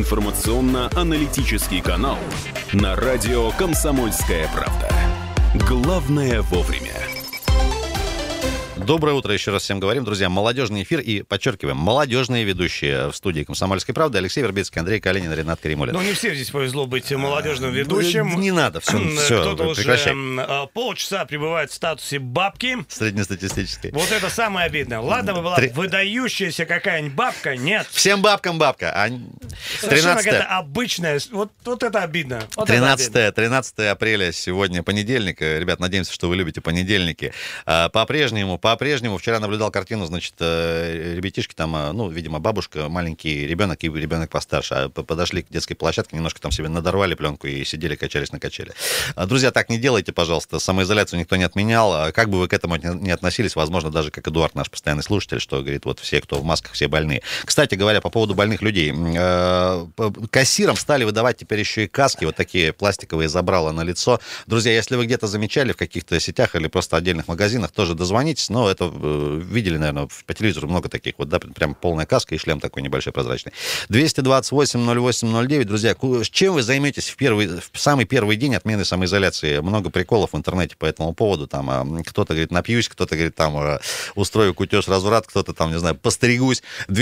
информационно-аналитический канал на радио «Комсомольская правда». Главное вовремя. Доброе утро, еще раз всем говорим, друзья. Молодежный эфир и, подчеркиваем, молодежные ведущие в студии «Комсомольской правды». Алексей Вербицкий, Андрей Калинин, Ренат Каримуллин. Ну, не всем здесь повезло быть молодежным ведущим. Не надо, все, кто-то прекращай. уже полчаса пребывает в статусе бабки. Среднестатистической. Вот это самое обидное. Ладно бы была выдающаяся какая-нибудь бабка, нет. Всем бабкам бабка. Совершенно какая-то обычная. Вот это обидно. Вот 13 апреля сегодня понедельник. Ребят, надеемся, что вы любите понедельники. По-прежнему, вчера наблюдал картину, значит, ребятишки там, видимо, бабушка, маленький ребенок и ребенок постарше, подошли к детской площадке, немножко там себе надорвали пленку и сидели, качались на качеле. Друзья, так не делайте, пожалуйста, самоизоляцию никто не отменял, как бы вы к этому не относились, возможно, даже как Эдуард, наш постоянный слушатель, что говорит, вот все, кто в масках, все больные. Кстати говоря, по поводу больных людей, кассирам стали выдавать теперь еще и каски, вот такие пластиковые забрала на лицо. Друзья, если вы где-то замечали в каких-то сетях или просто отдельных магазинах, тоже дозвонитесь. Но это видели, наверное, по телевизору много таких вот, да, прям полная каска и шлем такой небольшой прозрачный. 228-08-09, друзья, чем вы займетесь в самый первый день отмены самоизоляции? Много приколов в интернете по этому поводу, там, кто-то говорит, напьюсь, кто-то говорит, там, устрою кутеж, разврат, кто-то там, не знаю, постригусь.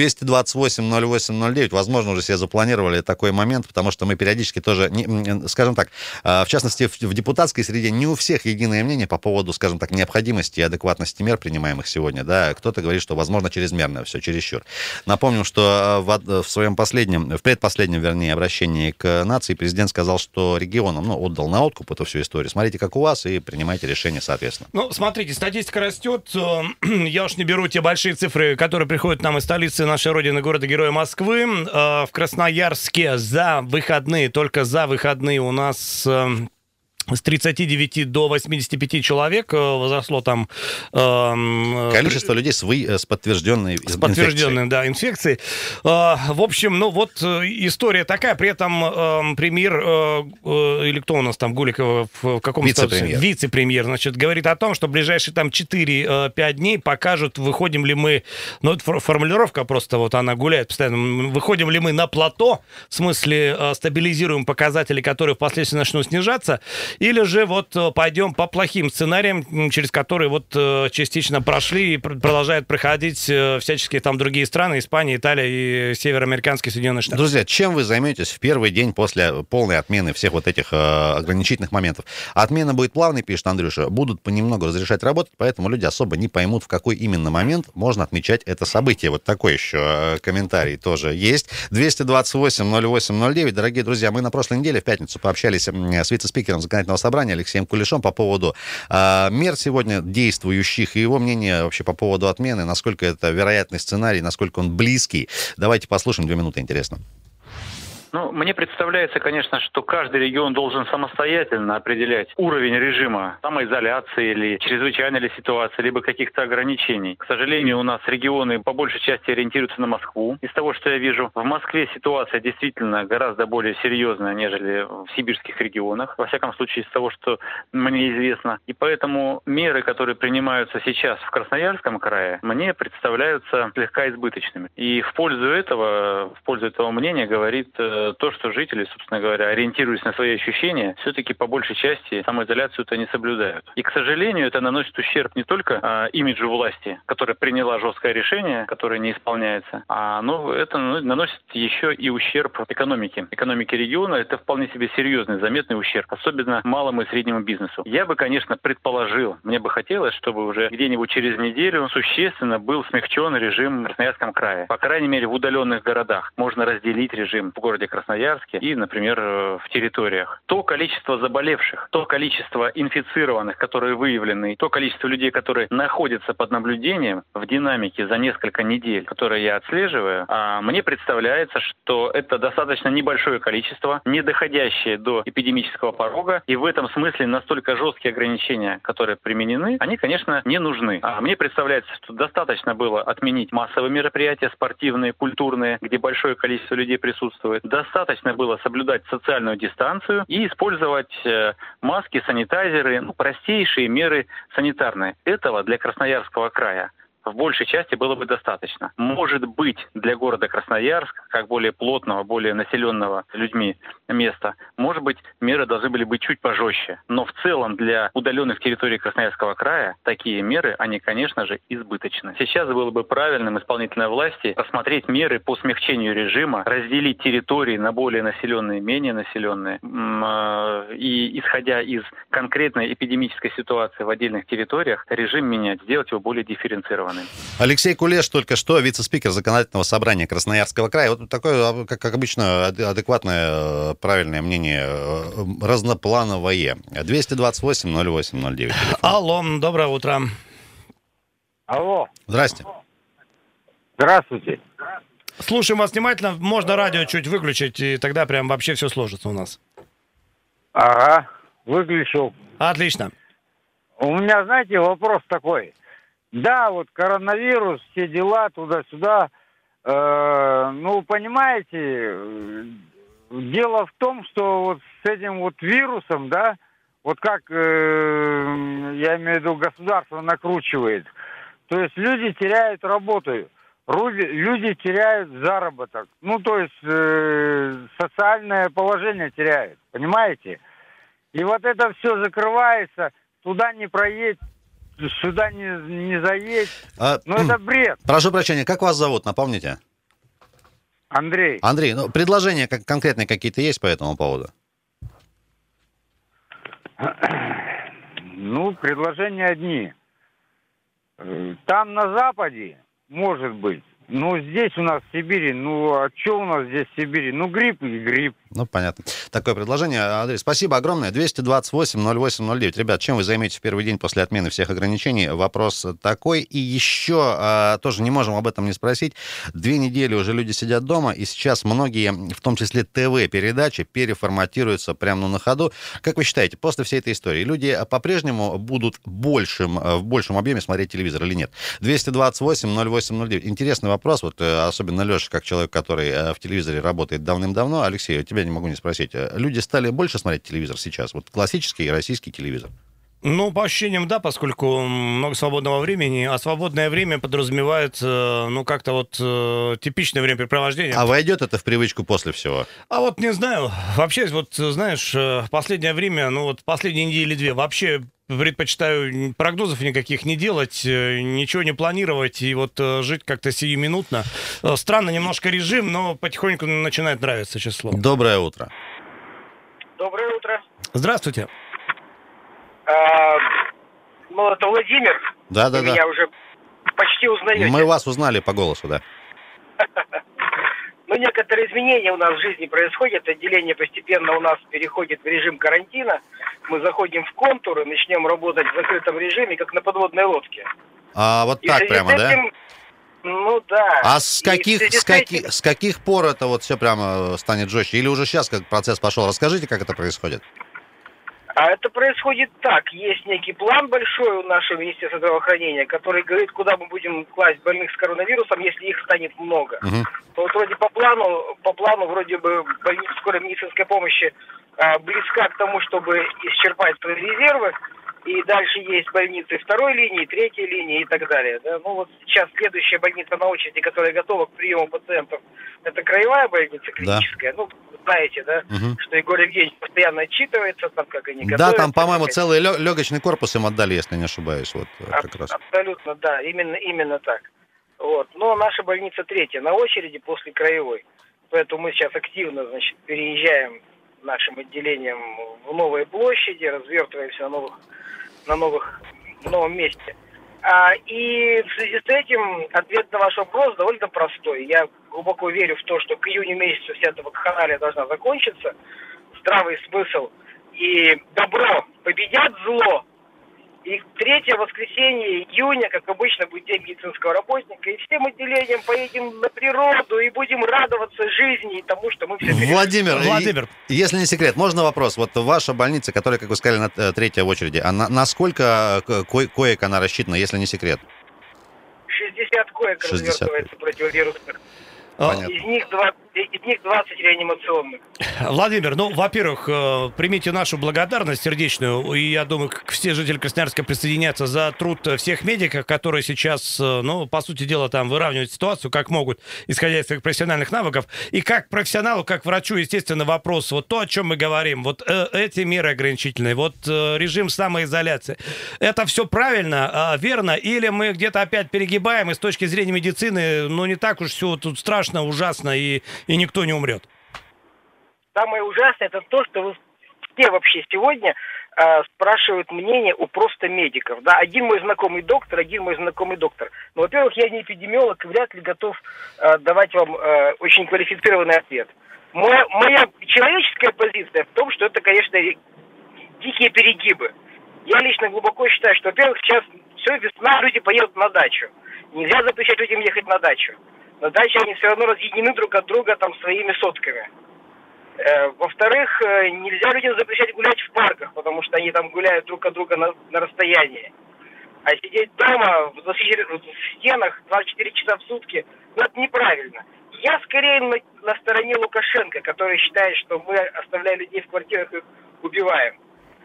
228-08-09, возможно, уже себе запланировали такой момент, потому что мы периодически тоже, скажем так, в частности, в депутатской среде не у всех единое мнение по поводу, скажем так, необходимости и адекватности мер, принимаемых сегодня, да, кто-то говорит, что, возможно, чрезмерно все, чересчур. Напомним, что в своем предпоследнем обращении к нации президент сказал, что регионам, отдал на откуп эту всю историю. Смотрите, как у вас, и принимайте решение соответственно. Смотрите, статистика растет. Я уж не беру те большие цифры, которые приходят нам из столицы нашей родины, города-героя Москвы. В Красноярске только за выходные у нас... С 39 до 85 человек возросло там... количество людей с подтвержденной инфекцией. С подтвержденной, да, инфекцией. В общем, история такая. При этом премьер, или кто у нас там, Гуликова в каком статусе? Вице-премьер, значит, говорит о том, что в ближайшие там 4-5 дней покажут, выходим ли мы... это формулировка просто, вот она гуляет постоянно. Выходим ли мы на плато, в смысле стабилизируем показатели, которые впоследствии начнут снижаться, или же пойдем по плохим сценариям, через которые частично прошли и продолжают проходить всяческие там другие страны, Испания, Италия и североамериканские Соединенные Штаты. Друзья, чем вы займетесь в первый день после полной отмены всех вот этих ограничительных моментов? Отмена будет плавной, пишет Андрюша, будут понемногу разрешать работать, поэтому люди особо не поймут, в какой именно момент можно отмечать это событие. Вот такой еще комментарий тоже есть. 228-08-09. Дорогие друзья, мы на прошлой неделе в пятницу пообщались с вице-спикером законодательного собрания Алексеем Кулешом по поводу мер сегодня действующих и его мнение вообще по поводу отмены, насколько это вероятный сценарий, насколько он близкий. Давайте послушаем, 2 минуты, интересно. Мне представляется, конечно, что каждый регион должен самостоятельно определять уровень режима самоизоляции или чрезвычайной ли ситуации, либо каких-то ограничений. К сожалению, у нас регионы по большей части ориентируются на Москву. Из того, что я вижу, в Москве ситуация действительно гораздо более серьезная, нежели в сибирских регионах. Во всяком случае, из того, что мне известно. И поэтому меры, которые принимаются сейчас в Красноярском крае, мне представляются слегка избыточными. И в пользу этого мнения говорит то, что жители, собственно говоря, ориентируясь на свои ощущения, все-таки по большей части самоизоляцию-то не соблюдают. И, к сожалению, это наносит ущерб не только имиджу власти, которая приняла жесткое решение, которое не исполняется, это наносит еще и ущерб экономике. Экономике региона это вполне себе серьезный, заметный ущерб, особенно малому и среднему бизнесу. Я бы, конечно, предположил, мне бы хотелось, чтобы уже где-нибудь через неделю существенно был смягчен режим в Красноярском крае. По крайней мере, в удаленных городах можно разделить режим в городе Красноярске и, например, в территориях. То количество заболевших, то количество инфицированных, которые выявлены, то количество людей, которые находятся под наблюдением в динамике за несколько недель, которые я отслеживаю, мне представляется, что это достаточно небольшое количество, не доходящее до эпидемического порога, и в этом смысле настолько жесткие ограничения, которые применены, они, конечно, не нужны. Мне представляется, что достаточно было отменить массовые мероприятия, спортивные, культурные, где большое количество людей присутствует. Достаточно было соблюдать социальную дистанцию и использовать маски, санитайзеры, простейшие меры санитарные. Этого для Красноярского края в большей части было бы достаточно. Может быть, для города Красноярск, как более плотного, более населенного людьми места, может быть, меры должны были быть чуть пожестче. Но в целом для удаленных территорий Красноярского края такие меры, они, конечно же, избыточны. Сейчас было бы правильным исполнительной власти рассмотреть меры по смягчению режима, разделить территории на более населенные, менее населенные, и, исходя из конкретной эпидемической ситуации в отдельных территориях, режим менять, сделать его более дифференцированным. Алексей Кулеш только что, вице-спикер Законодательного собрания Красноярского края. Вот такое, как обычно, адекватное, правильное мнение, разноплановое. 228-08-09. Алло, доброе утро. Алло. Здрасте. Здравствуйте. Слушаем вас внимательно. Можно радио чуть выключить, и тогда прям вообще все сложится у нас. Ага, выключил. Отлично. У меня, знаете, вопрос такой. Да, вот коронавирус, все дела, туда-сюда. Ну, понимаете, дело в том, что вот с этим вот вирусом, да, вот как, я имею в виду, государство накручивает. То есть люди теряют работу, люди теряют заработок. Ну, то есть социальное положение теряют, понимаете? И вот это все закрывается, туда не проедь, сюда не заедь. Ну, это бред. Прошу прощения, как вас зовут, напомните? Андрей. Андрей, ну, предложения конкретные какие-то есть по этому поводу? Ну, предложения одни. Там на Западе, может быть. Ну, здесь у нас в Сибири, ну, а что у нас здесь в Сибири? Ну, грипп и грипп. Ну, понятно. Такое предложение. Андрей, спасибо огромное. 228-08-09. Ребят, чем вы займетесь в первый день после отмены всех ограничений? Вопрос такой. И еще, тоже не можем об этом не спросить, 2 недели уже люди сидят дома, и сейчас многие, в том числе ТВ-передачи, переформатируются прямо на ходу. Как вы считаете, после всей этой истории люди по-прежнему будут в большем объеме смотреть телевизор или нет? 228-08-09. Интересный вопрос. Вот особенно Леша, как человек, который в телевизоре работает давным-давно. Алексей, у тебя не могу не спросить. Люди стали больше смотреть телевизор сейчас? Вот классический российский телевизор. Ну, по ощущениям, да, поскольку много свободного времени, а свободное время подразумевает, ну, как-то вот типичное времяпрепровождение. А войдет это в привычку после всего? А вот не знаю. Вообще, вот, знаешь, последнее время, ну, вот последние недели 2, вообще предпочитаю прогнозов никаких не делать, ничего не планировать и вот жить как-то сиюминутно. Странно немножко режим, но потихоньку начинает нравиться, число. Доброе утро. Доброе утро. Здравствуйте. Ну, это Владимир. Да. Вы меня уже почти узнаете. Мы вас узнали по голосу, да. Ну, некоторые изменения у нас в жизни происходят. Отделение постепенно у нас переходит в режим карантина. Мы заходим в контур и начнем работать в закрытом режиме, как на подводной лодке. А вот так прямо, да? Ну, да. А с каких пор это вот все прямо станет жестче? Или уже сейчас как процесс пошел? Расскажите, как это происходит. А это происходит так. Есть некий план большой у нашего Министерства здравоохранения, который говорит, куда мы будем класть больных с коронавирусом, если их станет много. Вот вроде по плану вроде бы больница скорой медицинской помощи близка к тому, чтобы исчерпать свои резервы. И дальше есть больницы второй линии, третьей линии и так далее. Да? Ну вот сейчас следующая больница на очереди, которая готова к приему пациентов, это краевая больница клиническая. Да. Ну, знаете, да, что Егор Евгеньевич постоянно отчитывается, там как они готовятся. Да, там, по-моему, целый легочный корпус им отдали, если не ошибаюсь. Вот, как раз. Абсолютно, да, именно так. Вот. Но наша больница третья на очереди после краевой. Поэтому мы сейчас активно, значит, переезжаем нашим отделением в новые площади, развертываемся на новом месте. И в связи с этим ответ на ваш вопрос довольно простой. Я глубоко верю в то, что к июню месяцу вся эта вакханалия должна закончиться. Здравый смысл и добро победят зло. И 3 воскресенье июня, как обычно, будет день медицинского работника. И всем отделением поедем на природу и будем радоваться жизни и тому, что мы все пережили. Владимир, если не секрет, можно вопрос? Вот ваша больница, которая, как вы сказали, на 3-й очереди, на сколько коек она рассчитана, если не секрет? 60 коек развертывается противовирусных. Понятно. Из них из них 20 реанимационных. Владимир, ну, во-первых, примите нашу благодарность сердечную, и я думаю, все жители Красноярска присоединятся за труд всех медиков, которые сейчас, ну, по сути дела, там выравнивают ситуацию, как могут, исходя из своих профессиональных навыков. И как профессионалу, как врачу, естественно, вопрос, вот то, о чем мы говорим, вот эти меры ограничительные, вот режим самоизоляции, это все правильно, верно, или мы где-то опять перегибаем, и с точки зрения медицины, ну, не так уж все тут страшно, ужасно, и никто не умрет? Самое ужасное это то, что вы все вообще сегодня спрашивают мнение у просто медиков. Да, один мой знакомый доктор. Но, во-первых, я не эпидемиолог и вряд ли готов давать вам очень квалифицированный ответ. Моя человеческая позиция в том, что это, конечно, дикие перегибы. Я лично глубоко считаю, что, во-первых, сейчас все, весна, люди поедут на дачу. Нельзя запрещать людям ехать на дачу. На даче они все равно разъединены друг от друга там своими сотками. Во-вторых, нельзя людям запрещать гулять в парках, потому что они там гуляют друг от друга на расстоянии. А сидеть дома в стенах 24 часа в сутки, ну, это неправильно. Я скорее на стороне Лукашенко, который считает, что мы, оставляя людей в квартирах, их убиваем.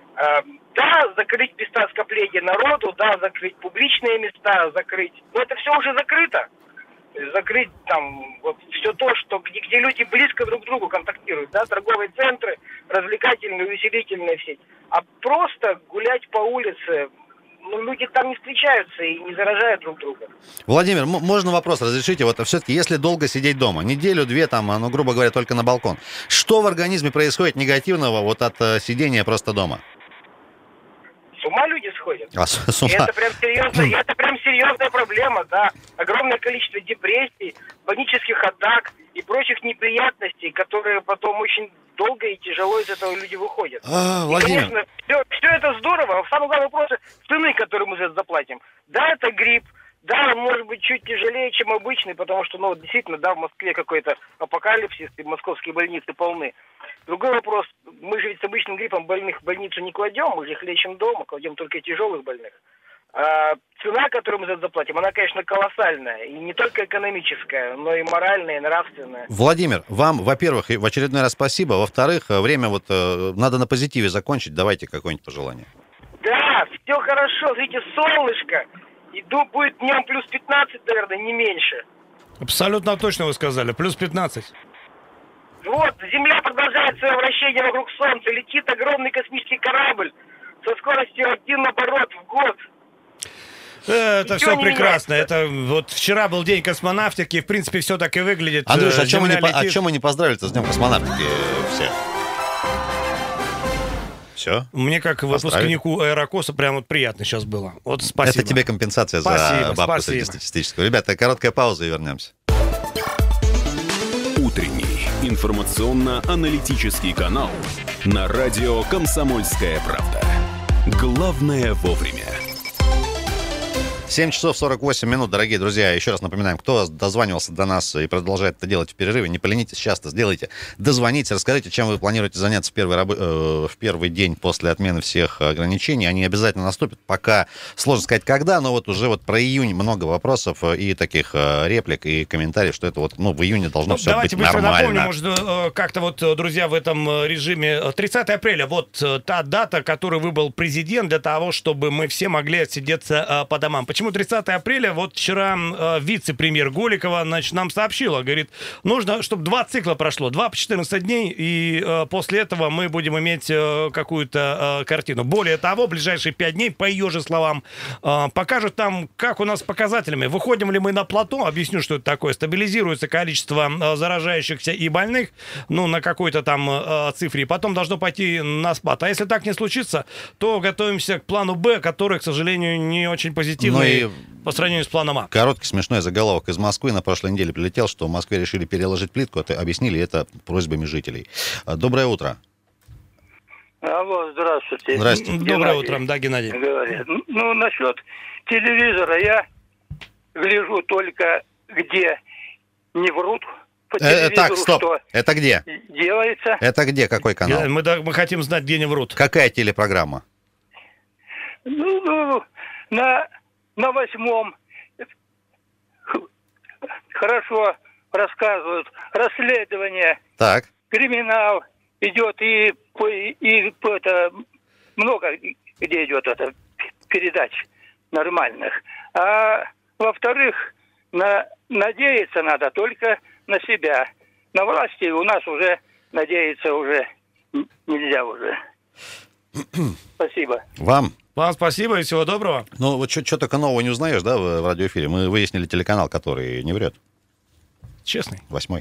Да, закрыть места скопления народу, да, закрыть публичные места, закрыть. Но это все уже закрыто. Закрыть там вот все то, что где люди близко друг к другу контактируют, да, торговые центры, развлекательные, увеселительные все. А просто гулять по улице, ну, люди там не встречаются и не заражают друг друга. Владимир, можно вопрос, разрешите? Вот все-таки, если долго сидеть дома, неделю-две там, ну, грубо говоря, только на балкон, что в организме происходит негативного вот от сидения просто дома? С ума люди сходят. С ума. И это прям серьезная проблема, да. Огромное количество депрессий, панических атак и прочих неприятностей, которые потом очень долго и тяжело из этого люди выходят. Владимир. И, конечно, все это здорово. Самый главный вопрос — цены, которые мы за это заплатим. Да, это грипп. Да, он может быть чуть тяжелее, чем обычный, потому что, ну, действительно, да, в Москве какой-то апокалипсис, и московские больницы полны. Другой вопрос, мы же ведь с обычным гриппом больных в больницу не кладем, мы же их лечим дома, кладем только тяжелых больных. А цена, которую мы за это заплатим, она, конечно, колоссальная, и не только экономическая, но и моральная, и нравственная. Владимир, вам, во-первых, в очередной раз спасибо, во-вторых, время вот надо на позитиве закончить, давайте какое-нибудь пожелание. Да, все хорошо, видите, солнышко. И будет днем плюс 15, наверное, не меньше. Абсолютно точно вы сказали, плюс 15. Вот, Земля продолжает свое вращение вокруг Солнца. Летит огромный космический корабль со скоростью 1 оборот в год. Это все прекрасно. Это вот вчера был день космонавтики, в принципе, все так и выглядит. Андрюш, а чем мы не поздравили-то с днем космонавтики все? Все? Мне, как выпускнику Аэрокоса, прям вот приятно сейчас было. Вот спасибо. Это тебе компенсация за бабку среднестатистическую. Ребята, короткая пауза и вернемся. Утренний информационно-аналитический канал на радио «Комсомольская правда». Главное вовремя. 7 часов 48 минут, дорогие друзья. Еще раз напоминаем, кто дозванивался до нас и продолжает это делать в перерыве, не поленитесь, часто сделайте. Дозвоните, расскажите, чем вы планируете заняться в первый день после отмены всех ограничений. Они обязательно наступят. Пока сложно сказать, когда, но вот уже вот про июнь много вопросов и таких реплик и комментариев, что это вот, ну, в июне должно все быть нормально. Давайте быстро напомним, может, как-то вот, друзья, в этом режиме 30 апреля, вот та дата, которую выбрал президент для того, чтобы мы все могли отсидеться по домам. Почему 30 апреля? Вот вчера вице-премьер Голикова, значит, нам сообщила, говорит, нужно, чтобы 2 цикла прошло, 2 по 14 дней, и после этого мы будем иметь какую-то картину. Более того, ближайшие 5 дней, по ее же словам, покажут нам, как у нас с показателями. Выходим ли мы на плато, объясню, что это такое, стабилизируется количество заражающихся и больных, ну, на какой-то там цифре, и потом должно пойти на спад. А если так не случится, то готовимся к плану Б, который, к сожалению, не очень позитивный по сравнению с планом А. Короткий смешной заголовок из Москвы на прошлой неделе прилетел, что в Москве решили переложить плитку, объяснили это просьбами жителей. Доброе утро. Алло, здравствуйте. Здравствуйте. Доброе утро, да, Геннадий. Говорит. Ну, насчет телевизора я гляжу только, где не врут по телевизору. Так, стоп. Что это где? Делается. Это где? Какой канал? Мы хотим знать, где не врут. Какая телепрограмма? Ну, на 8-м хорошо рассказывают, расследование, Так. криминал идет, и это много где идет это передач нормальных. А во-вторых, надеяться надо только на себя. На власти у нас уже надеяться уже нельзя уже. Спасибо. Вам спасибо и всего доброго. Ну, вот что только нового не узнаешь, да, в радиоэфире? Мы выяснили телеканал, который не врет. Честный. 8-й.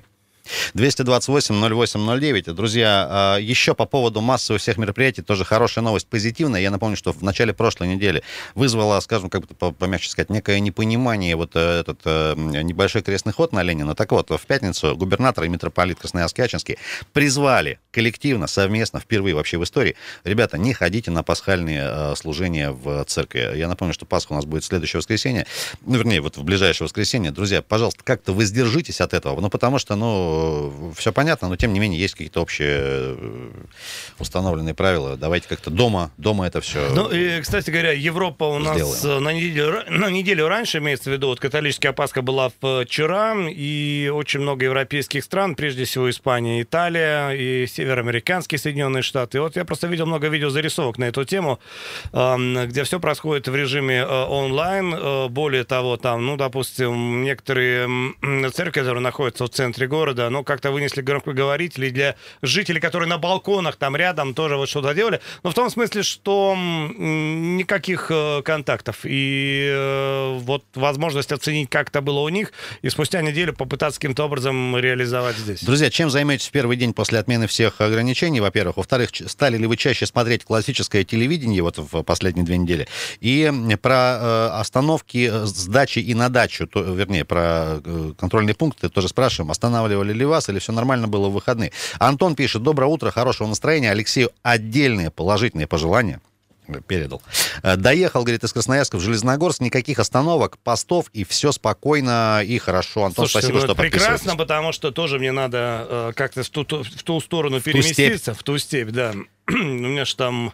228-08-09. Друзья, еще по поводу массовых всех мероприятий, тоже хорошая новость, позитивная. Я напомню, что в начале прошлой недели вызвала, скажем, как бы помягче сказать, некое непонимание вот этот небольшой крестный ход на Ленина. Так вот, в пятницу губернатор и митрополит Красноярск-Ачинский призвали коллективно, совместно, впервые вообще в истории, ребята, не ходите на пасхальные служения в церкви. Я напомню, что Пасха у нас будет в следующее воскресенье, ну, вернее, вот в ближайшее воскресенье. Друзья, пожалуйста, как-то воздержитесь от этого, ну, потому что, все понятно, но тем не менее есть какие-то общие установленные правила. Давайте как-то дома это все. Ну и, кстати говоря, Европа у нас на неделю раньше, имеется в виду, вот католическая Пасха была вчера, и очень много европейских стран, прежде всего Испания, Италия и североамериканские Соединенные Штаты. И вот я просто видел много видеозарисовок на эту тему, где все происходит в режиме онлайн. Более того, там, ну, допустим, некоторые церкви, которые находятся в центре города, но как-то вынесли громкоговорители для жителей, которые на балконах там рядом тоже вот что-то делали. Но в том смысле, что никаких контактов. И вот возможность оценить, как это было у них, и спустя неделю попытаться каким-то образом реализовать здесь. Друзья, чем займетесь в первый день после отмены всех ограничений, во-первых? Во-вторых, стали ли вы чаще смотреть классическое телевидение вот в последние 2 недели? И про остановки с дачи и на дачу, вернее, про контрольные пункты тоже спрашиваем. Останавливали ли вас, или все нормально было в выходные? Антон пишет: доброе утро, хорошего настроения. Алексею отдельные положительные пожелания передал. Доехал, говорит, из Красноярска в Железногорск, никаких остановок, постов, и все спокойно и хорошо. Антон, слушайте, спасибо, что подписываетесь. Прекрасно, потому что тоже мне надо как-то в ту сторону переместиться, в ту степь, да. У меня же там...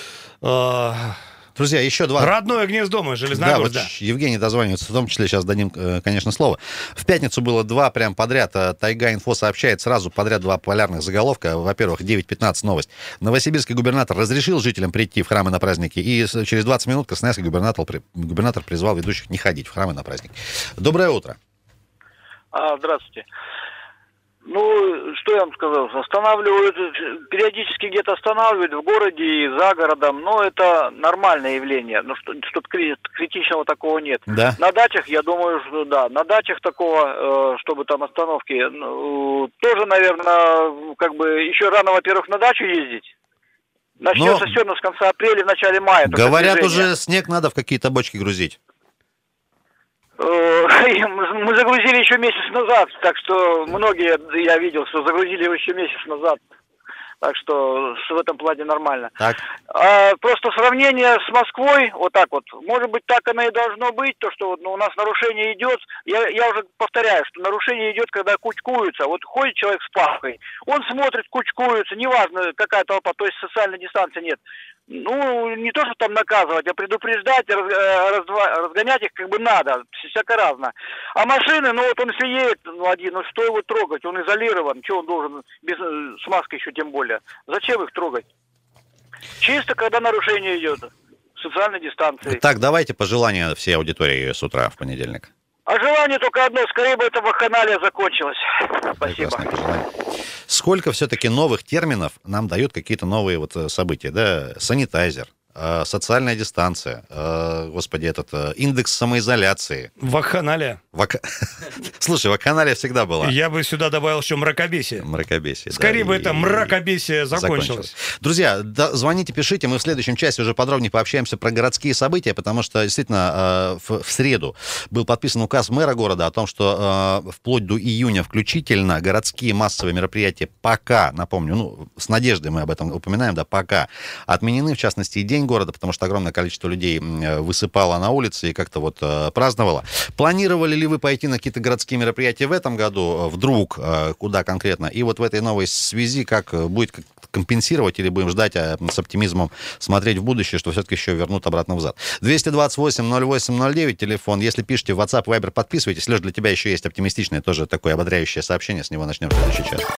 Друзья, еще 2... Родное гнездо мой, Железногорск, да. Евгений дозванивается, в том числе сейчас дадим, конечно, слово. В пятницу было 2 прям подряд. Тайга-инфо сообщает сразу подряд 2 полярных заголовка. Во-первых, 9:15 новость. Новосибирский губернатор разрешил жителям прийти в храмы на праздники, и через 20 минут красноярский губернатор призвал ведущих не ходить в храмы на праздники. Доброе утро. Здравствуйте. Ну, что я вам сказал, останавливают, периодически где-то останавливают в городе и за городом, но это нормальное явление, но что-то критичного такого нет. Да. На дачах, я думаю, что да, на дачах такого, чтобы там остановки, тоже, наверное, как бы еще рано, во-первых, на дачу ездить. Начнется все с конца апреля, в начале мая. Говорят, уже снег надо в какие-то бочки грузить. Мы загрузили еще месяц назад, так что многие, я видел, что загрузили его еще месяц назад. Так что в этом плане нормально. Так. Просто сравнение с Москвой, вот так вот, может быть, так оно и должно быть, то, что вот, у нас нарушение идет, я уже повторяю, что нарушение идет, когда кучкуются. Вот ходит человек с палкой, он смотрит, кучкуются, неважно, какая толпа, то есть социальной дистанции нет. Ну, не то, что там наказывать, а предупреждать, разгонять их как бы надо, всяко разно. А машины, ну вот он если едет, один, что его трогать, он изолирован, что он должен, с маской еще тем более. Зачем их трогать? Чисто, когда нарушение идет, социальной дистанции. Так, давайте пожелания всей аудитории с утра в понедельник. А желание только одно, скорее бы эта вакханалия закончилась. Спасибо. Сколько все-таки новых терминов нам дают какие-то новые вот события, да? Санитайзер, социальная дистанция, господи, индекс самоизоляции. Вакханалия. Слушай, вакханалия всегда была. Я бы сюда добавил еще мракобесие. Мракобесие, скорее бы это мракобесие закончилось. Друзья, звоните, пишите, мы в следующем часе уже подробнее пообщаемся про городские события, потому что действительно в среду был подписан указ мэра города о том, что вплоть до июня включительно городские массовые мероприятия пока, напомню, с надеждой мы об этом упоминаем, да, пока отменены, в частности, и День города, потому что огромное количество людей высыпало на улицы и как-то вот праздновало. Планировали ли вы пойти на какие-то городские мероприятия в этом году? Вдруг? Куда конкретно? И вот в этой новой связи как будет компенсировать или будем ждать, с оптимизмом смотреть в будущее, что все-таки еще вернут обратно взад. 228-08-09, телефон. Если пишете в WhatsApp, Viber, подписывайтесь. Леш, для тебя еще есть оптимистичное, тоже такое ободряющее сообщение. С него начнем следующий час.